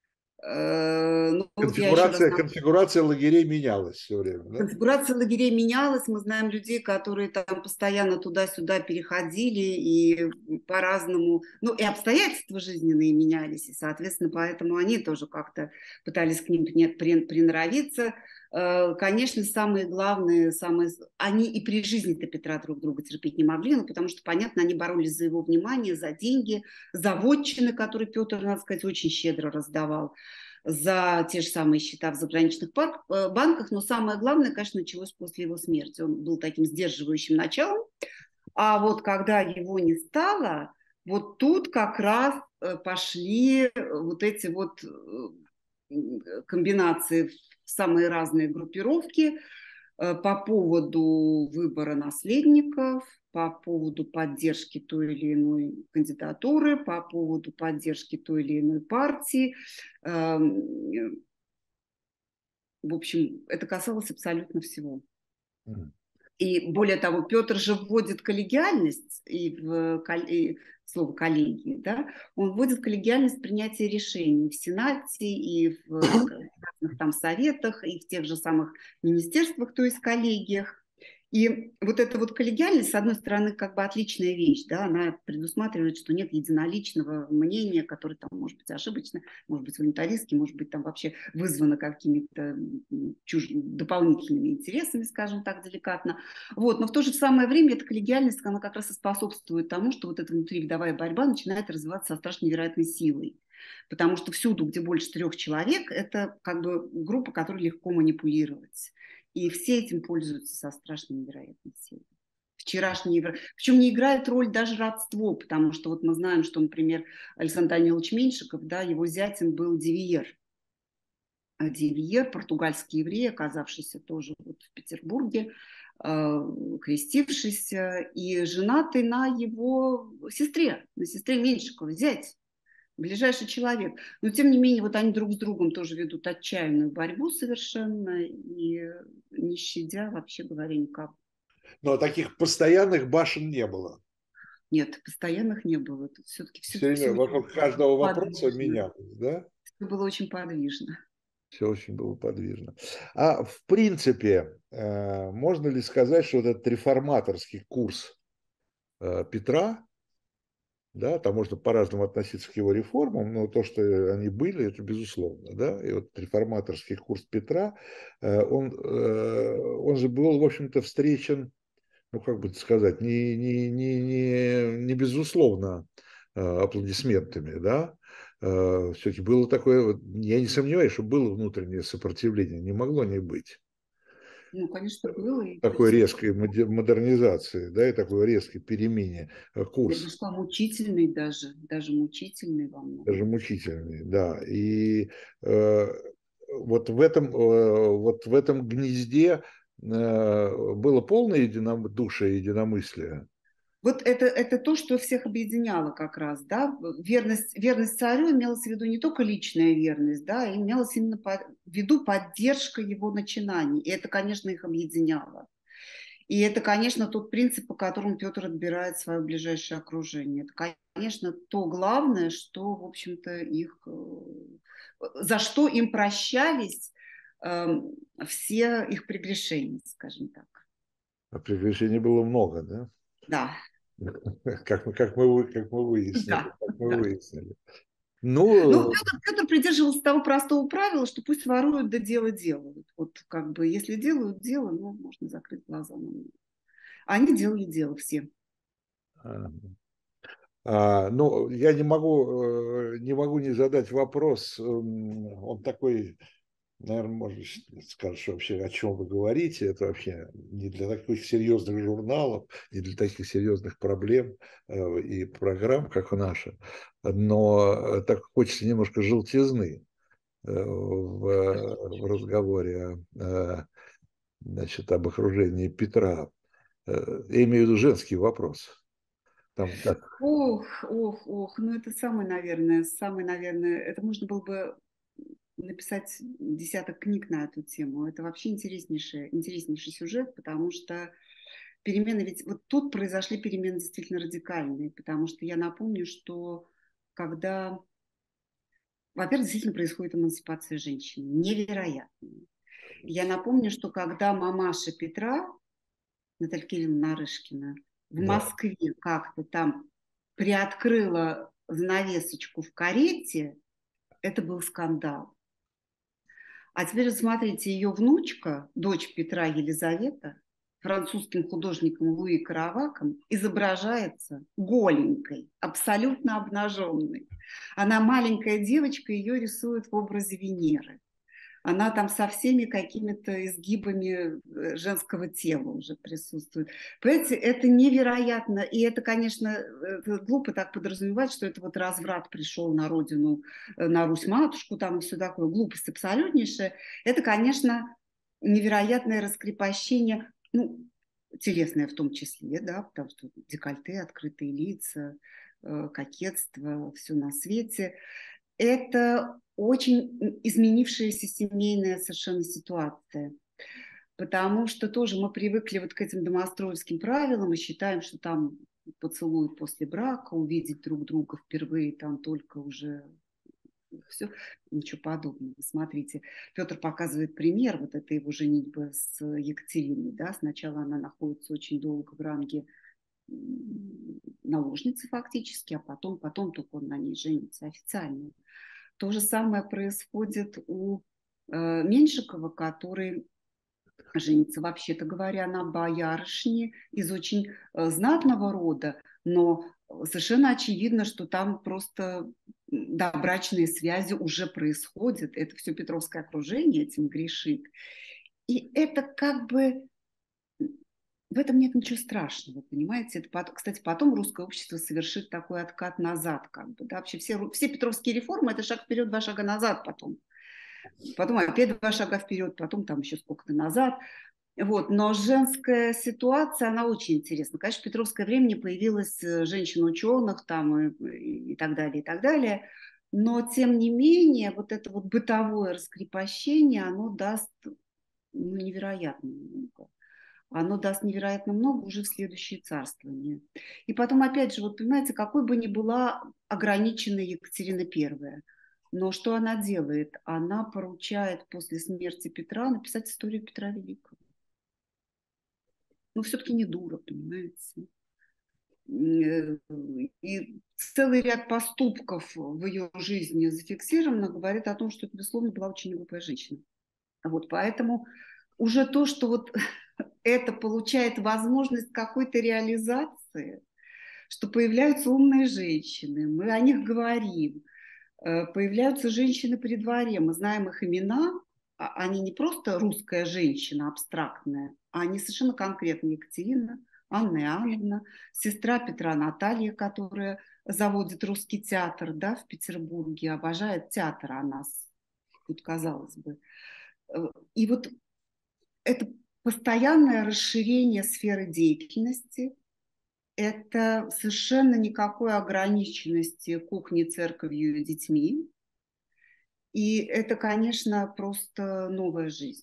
S2: Э, Ну, вот я еще раз
S1: Конфигурация, конфигурация лагерей менялась все время, да?
S2: конфигурация лагерей менялась, мы знаем людей, которые там постоянно туда-сюда переходили и по-разному, ну и обстоятельства жизненные менялись, и, соответственно, поэтому они тоже как-то пытались к ним приноровиться. Конечно, самые главные, самые... они и при жизни-то Петра друг друга терпеть не могли, ну, потому что, понятно, они боролись за его внимание, за деньги, за вотчины, которые Петр, надо сказать, очень щедро раздавал, за те же самые счета в заграничных банках, но самое главное, конечно, началось после его смерти. Он был таким сдерживающим началом, а вот когда его не стало, вот тут как раз пошли вот эти вот комбинации в самые разные группировки по поводу выбора наследников, по поводу поддержки той или иной кандидатуры, по поводу поддержки той или иной партии. В общем, это касалось абсолютно всего. И более того, Петр же вводит коллегиальность, и в и слово коллегии, да, он вводит коллегиальность принятия решений в Сенате и в разных там советах, и в тех же самых министерствах, то есть коллегиях. И вот эта вот коллегиальность, с одной стороны, как бы отличная вещь, да, она предусматривает, что нет единоличного мнения, которое там может быть ошибочно, может быть волюнтаристски, может быть там вообще вызвано какими-то чуж... дополнительными интересами, скажем так, деликатно. Вот. Но в то же самое время эта коллегиальность, она как раз и способствует тому, что вот эта внутривидовая борьба начинает развиваться со страшно невероятной силой. Потому что всюду, где больше трех человек, это как бы группа, которой легко манипулировать. И все этим пользуются со страшной невероятной силой. Вчерашний евро... Причем не играет роль даже родство, потому что вот мы знаем, что, например, Александр Данилович Меньшиков, да, его зятем был Девиер. Девиер, португальский еврей, оказавшийся тоже вот в Петербурге, крестившийся и женатый на его сестре, на сестре Меньшикова, зять. Ближайший человек. Но, тем не менее, вот они друг с другом тоже ведут отчаянную борьбу совершенно, и не щадя, вообще говоря, никого.
S1: Но таких постоянных башен не было.
S2: Нет, постоянных не было. Тут все-таки все,
S1: Все время
S2: все
S1: вокруг каждого вопроса
S2: подвижно.
S1: менялось, да?
S2: Все было очень подвижно.
S1: Все очень было подвижно. А в принципе, можно ли сказать, что вот этот реформаторский курс Петра, да, там можно по-разному относиться к его реформам, но то, что они были, это безусловно, да, и вот реформаторский курс Петра, он, он же был, в общем-то, встречен, ну, как бы сказать, не, не, не, не, не безусловно аплодисментами, да, все-таки было такое, я не сомневаюсь, что было внутреннее сопротивление, не могло не быть.
S2: Ну, конечно, было. И
S1: Такой
S2: критика.
S1: резкой модернизации, да, и такой резкой перемене курса.
S2: Я бы сказала, мучительный даже, даже мучительный во многом.
S1: Даже мучительный, да. И э, вот, в этом, э, вот в этом гнезде э, было полное единодушие, единомыслие.
S2: Вот это, это то, что всех объединяло как раз, да, верность, верность царю имелась в виду не только личная верность, да, а имелась именно по, в виду поддержка его начинаний, и это, конечно, их объединяло. И это, конечно, тот принцип, по которому Петр отбирает свое ближайшее окружение. Это, конечно, то главное, что, в общем-то, их, за что им прощались э, все их прегрешения, скажем так.
S1: А прегрешений было много, да?
S2: Да.
S1: Как мы, как мы, как мы выяснили.
S2: Да,
S1: как мы
S2: да.
S1: выяснили.
S2: Ну,
S1: Ну,
S2: Петр, Петр придерживался того простого правила, что пусть воруют, да дело делают. Вот как бы, если делают дело, ну, можно закрыть глаза. А они делали дело все.
S1: а, ну, я не могу, не могу не задать вопрос. Он такой, наверное, можно сказать, что вообще о чем вы говорите. Это вообще не для таких серьезных журналов, не для таких серьезных проблем и программ, как наша. Но так хочется немножко желтизны в, в разговоре значит, об окружении Петра. Я имею в виду женский вопрос. Там как?
S2: Ох, ох, ох, ну это самый, наверное, самый, наверное, это можно было бы написать десяток книг на эту тему. Это вообще интереснейший, интереснейший сюжет, потому что перемены, ведь вот тут произошли перемены действительно радикальные, потому что я напомню, что когда, во-первых, действительно происходит эмансипация женщин, невероятная. Я напомню, что когда мамаша Петра, Наталья Кирилловна Нарышкина, в
S1: Да.
S2: Москве как-то там приоткрыла занавесочку в карете, это был скандал. А теперь смотрите, ее внучка, дочь Петра Елизавета, французским художником Луи Караваком изображается голенькой, абсолютно обнаженной. Она маленькая девочка, ее рисуют в образе Венеры. Она там со всеми какими-то изгибами женского тела уже присутствует. Понимаете, это невероятно. И это, конечно, это глупо так подразумевать, что это вот разврат пришел на родину, на Русь-матушку, там и все такое. Глупость абсолютнейшая. Это, конечно, невероятное раскрепощение, ну, телесное в том числе, да, потому что декольте, открытые лица, кокетство, все на свете. Это очень изменившаяся семейная совершенно ситуация. Потому что тоже мы привыкли вот к этим домостроевским правилам и считаем, что там поцелуют после брака, увидеть друг друга впервые там только уже все, ничего подобного. Смотрите, Петр показывает пример вот этой его женитьбы с Екатериной. Да? Сначала она находится очень долго в ранге наложницы фактически, а потом, потом только он на ней женится официально. То же самое происходит у э, Меньшикова, который женится, вообще-то говоря, на боярышне из очень э, знатного рода, но совершенно очевидно, что там просто, да, брачные связи уже происходят. Это все Петровское окружение этим грешит. И это как бы... В этом нет ничего страшного, понимаете? Это, кстати, потом русское общество совершит такой откат назад. Как бы, да? Вообще все, все петровские реформы – это шаг вперед, два шага назад потом. Потом опять два шага вперед, потом там еще сколько-то назад. Вот. Но женская ситуация, она очень интересна. Конечно, в Петровское время не появилась женщин-ученых там и, и так далее, и так далее. Но, тем не менее, вот это вот бытовое раскрепощение, оно даст ну, невероятно много. Оно даст невероятно много уже в следующее царствование. И потом, опять же, вот понимаете, какой бы ни была ограниченная Екатерина Первая, но что она делает? Она поручает после смерти Петра написать историю Петра Великого. Ну, все-таки не дура, понимаете. И целый ряд поступков в ее жизни зафиксировано, говорит о том, что это, безусловно, была очень глупая женщина. Вот поэтому уже то, что вот это получает возможность какой-то реализации, что появляются умные женщины, мы о них говорим, появляются женщины при дворе, мы знаем их имена, они не просто русская женщина абстрактная, а они совершенно конкретные. Екатерина, Анна Иоанновна, сестра Петра Наталья, которая заводит русский театр, да, в Петербурге, обожает театр, а нас тут, казалось бы. И вот это постоянное расширение сферы деятельности, это совершенно никакой ограниченности кухней, церковью и детьми. И это, конечно, просто новая жизнь.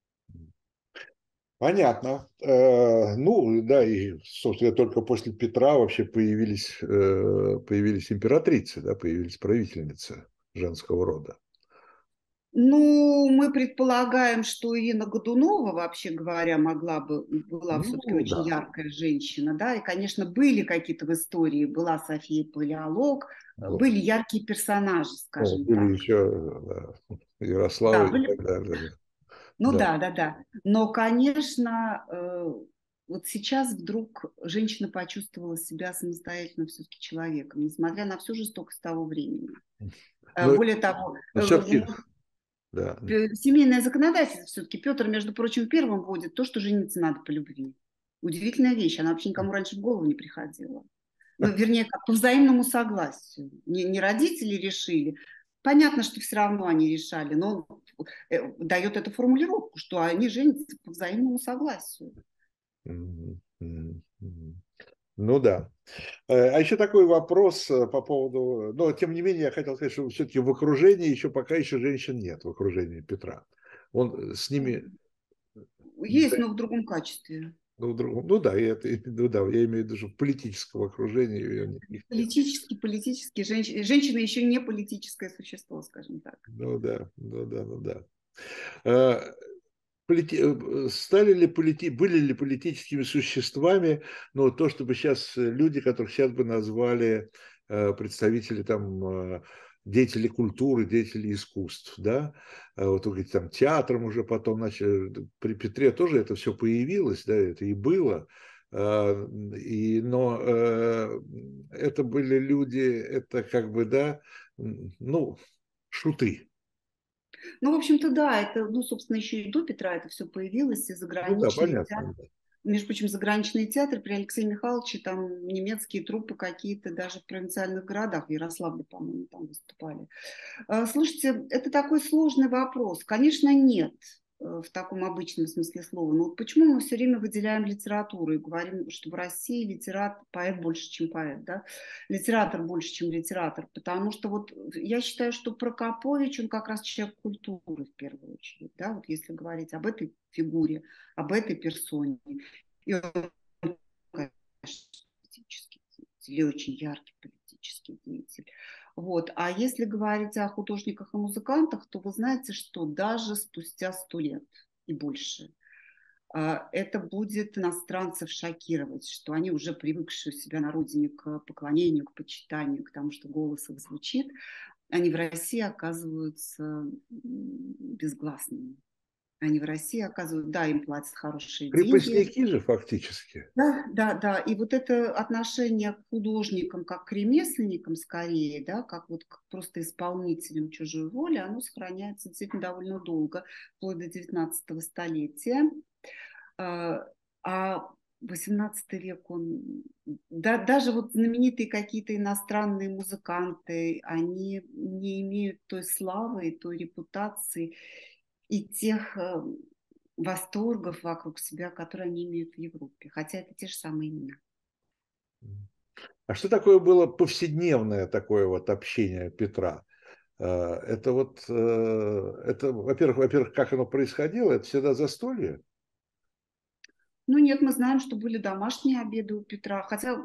S1: Понятно. Ну, да, и, собственно, только после Петра вообще появились, появились императрицы, да, появились правительницы женского рода.
S2: Ну, мы предполагаем, что Ирина Годунова, вообще говоря, могла бы, была
S1: Ну,
S2: все-таки очень
S1: да.
S2: яркая женщина, да, и, конечно, были какие-то в истории, была София Палеолог,
S1: Вот.
S2: были яркие персонажи,
S1: Ну,
S2: скажем
S1: были
S2: так.
S1: еще да, Ярослава
S2: Да,
S1: и
S2: были,
S1: так далее.
S2: ну
S1: Да.
S2: да, да, да. Но, конечно, вот сейчас вдруг женщина почувствовала себя самостоятельно все-таки человеком, несмотря на всю жестокость того времени.
S1: Но,
S2: Более того,
S1: но все-таки, да.
S2: семейное законодательство все-таки Петр, между прочим, первым вводит то, что жениться надо по любви. Удивительная вещь, она вообще никому раньше в голову не приходила. Ну, вернее, как по взаимному согласию. Не, не родители решили. Понятно, что все равно они решали, но он э, дает эту формулировку, что они женятся по взаимному согласию.
S1: Ну да. А еще такой вопрос по поводу... Но, тем не менее, я хотел сказать, что все-таки в окружении еще пока еще женщин нет, в окружении Петра. Он с ними...
S2: Есть, но в другом качестве.
S1: Ну, в другом... ну да, это, ну да, я имею в виду, что в политическом окружении их нет.
S2: Политически, политически. Женщина, женщина еще не политическое существо, скажем так.
S1: Ну да, ну да, ну да. Полити... Стали ли полити... были ли политическими существами, ну, то, чтобы сейчас люди, которых сейчас бы назвали представители там деятели культуры, деятели искусств, да, вот вы говорите, там театром уже потом начали, при Петре тоже это все появилось, да, это и было, и, но это были люди, это как бы, да, ну, шуты.
S2: Ну, в общем-то, да, это, ну, собственно, еще и до Петра это все появилось, и
S1: Ну да,
S2: заграничные
S1: понятно.
S2: театры. Между прочим, заграничные театры при Алексее Михайловиче, там немецкие труппы какие-то даже в провинциальных городах, в Ярославле, по-моему, там выступали. Слушайте, это такой сложный вопрос. Конечно, нет в таком обычном смысле слова. Но вот почему мы все время выделяем литературу и говорим, что в России литератор, поэт больше, чем поэт, да? Литератор больше, чем литератор? Потому что вот я считаю, что Прокопович, он как раз человек культуры в первую очередь, да, вот если говорить об этой фигуре, об этой персоне. И он, конечно, политический деятель, очень яркий политический деятель. Вот. А если говорить о художниках и музыкантах, то вы знаете, что даже спустя сто лет и больше а, это будет иностранцев шокировать, что они уже привыкшие у себя на родине к поклонению, к почитанию, к тому, что голос их звучит, они в России оказываются безгласными. Они в России оказывают, да, им платят хорошие деньги.
S1: Крепостники же фактически.
S2: Да, да, да. И вот это отношение к художникам, как к ремесленникам скорее, да, как вот к просто исполнителям чужой воли, оно сохраняется действительно довольно долго, вплоть до девятнадцатого столетия. А восемнадцатый век, он, да, даже вот знаменитые какие-то иностранные музыканты, они не имеют той славы, той репутации и тех восторгов вокруг себя, которые они имеют в Европе, хотя это те же самые имена.
S1: А что такое было повседневное такое вот общение Петра? Это вот, это, во-первых, во-первых, как оно происходило? Это всегда застолье?
S2: Ну нет, мы знаем, что были домашние обеды у Петра, хотя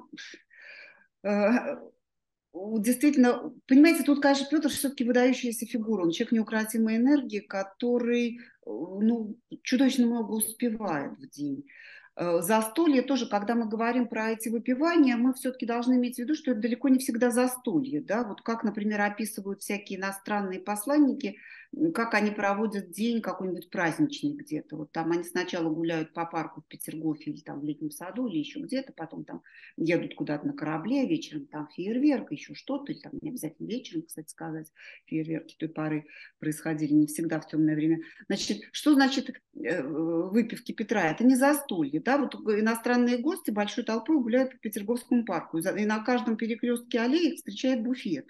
S2: действительно, понимаете, тут, конечно, Петр все-таки выдающаяся фигура, он человек неукротимой энергии, который, ну, чудовищно много успевает в день. Застолье тоже, когда мы говорим про эти выпивания, мы все-таки должны иметь в виду, что это далеко не всегда застолье, да, вот как, например, описывают всякие иностранные посланники, как они проводят день какой-нибудь праздничный где-то, вот там они сначала гуляют по парку в Петергофе или там в летнем саду или еще где-то, потом там едут куда-то на корабле, вечером там фейерверк, еще что-то, или там не обязательно вечером, кстати сказать, фейерверки той поры происходили не всегда в темное время. Значит, что значит выпивки Петра? Это не застолье, да, вот иностранные гости большой толпой гуляют по Петерговскому парку, и на каждом перекрестке аллеи их встречает буфет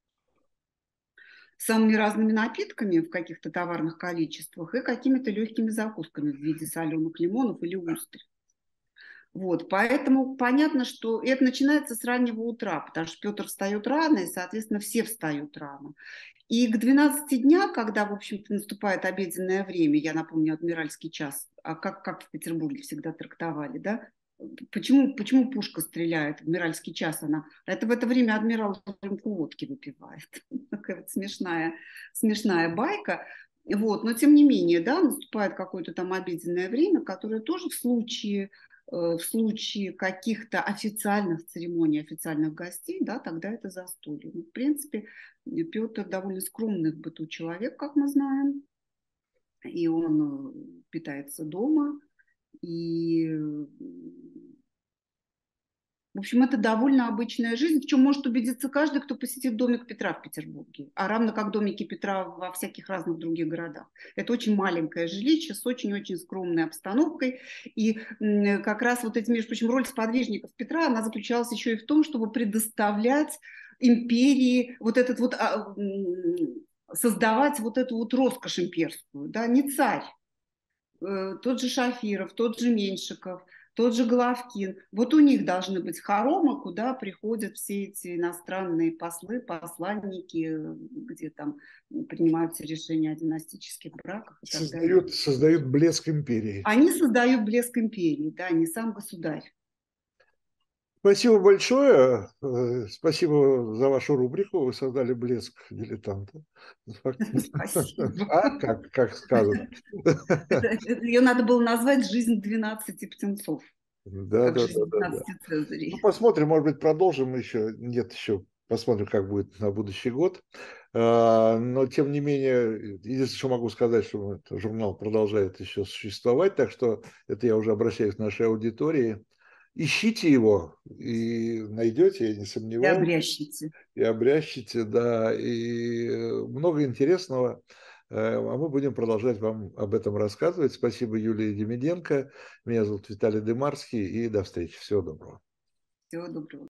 S2: с самыми разными напитками в каких-то товарных количествах и какими-то легкими закусками в виде соленых лимонов или устриц. Вот, поэтому понятно, что это начинается с раннего утра, потому что Петр встает рано, и, соответственно, все встают рано. И к двенадцати дня, когда, в общем-то, наступает обеденное время, я напомню, адмиральский час, а как, как в Петербурге всегда трактовали, да, Почему, почему пушка стреляет, адмиральский час она? Это в это время адмирал рюмку водки выпивает. Такая вот смешная, смешная байка. Вот. Но тем не менее, да, наступает какое-то там обеденное время, которое тоже в случае, в случае каких-то официальных церемоний, официальных гостей, да, тогда это застолье. Ну, в принципе, Петр довольно скромный в быту человек, как мы знаем, и он питается дома, и, в общем, это довольно обычная жизнь, в чем может убедиться каждый, кто посетит домик Петра в Петербурге, а равно как домики Петра во всяких разных других городах. Это очень маленькое жилище с очень-очень скромной обстановкой. И как раз вот эти, между прочим, роль сподвижников Петра, она заключалась еще и в том, чтобы предоставлять империи вот этот вот, создавать вот эту вот роскошь имперскую, да, не царь. Тот же Шафиров, тот же Меньшиков, тот же Головкин. Вот у них должны быть хоромы, куда приходят все эти иностранные послы, посланники, где там принимаются решения о династических браках и так далее.
S1: Создают, создают блеск империи.
S2: Они создают блеск империи, да, не сам государь.
S1: Спасибо большое. Спасибо за вашу рубрику. Вы создали блеск дилетанта.
S2: Спасибо.
S1: А, как, как сказано.
S2: Ее надо было назвать «Жизнь двенадцати птенцов».
S1: Да,
S2: как
S1: да,
S2: жизнь
S1: да, да,
S2: двенадцати Цезарей.
S1: Ну, посмотрим, может быть, продолжим еще. Нет, еще посмотрим, как будет на будущий год. Но, тем не менее, единственное, что могу сказать, что журнал продолжает еще существовать, так что это я уже обращаюсь к нашей аудитории. Ищите его и найдете, я не сомневаюсь.
S2: И обрящите.
S1: И обрящите, да, и много интересного. А мы будем продолжать вам об этом рассказывать. Спасибо, Юлии Демиденко. Меня зовут Виталий Дымарский, и до встречи. Всего доброго.
S2: Всего доброго.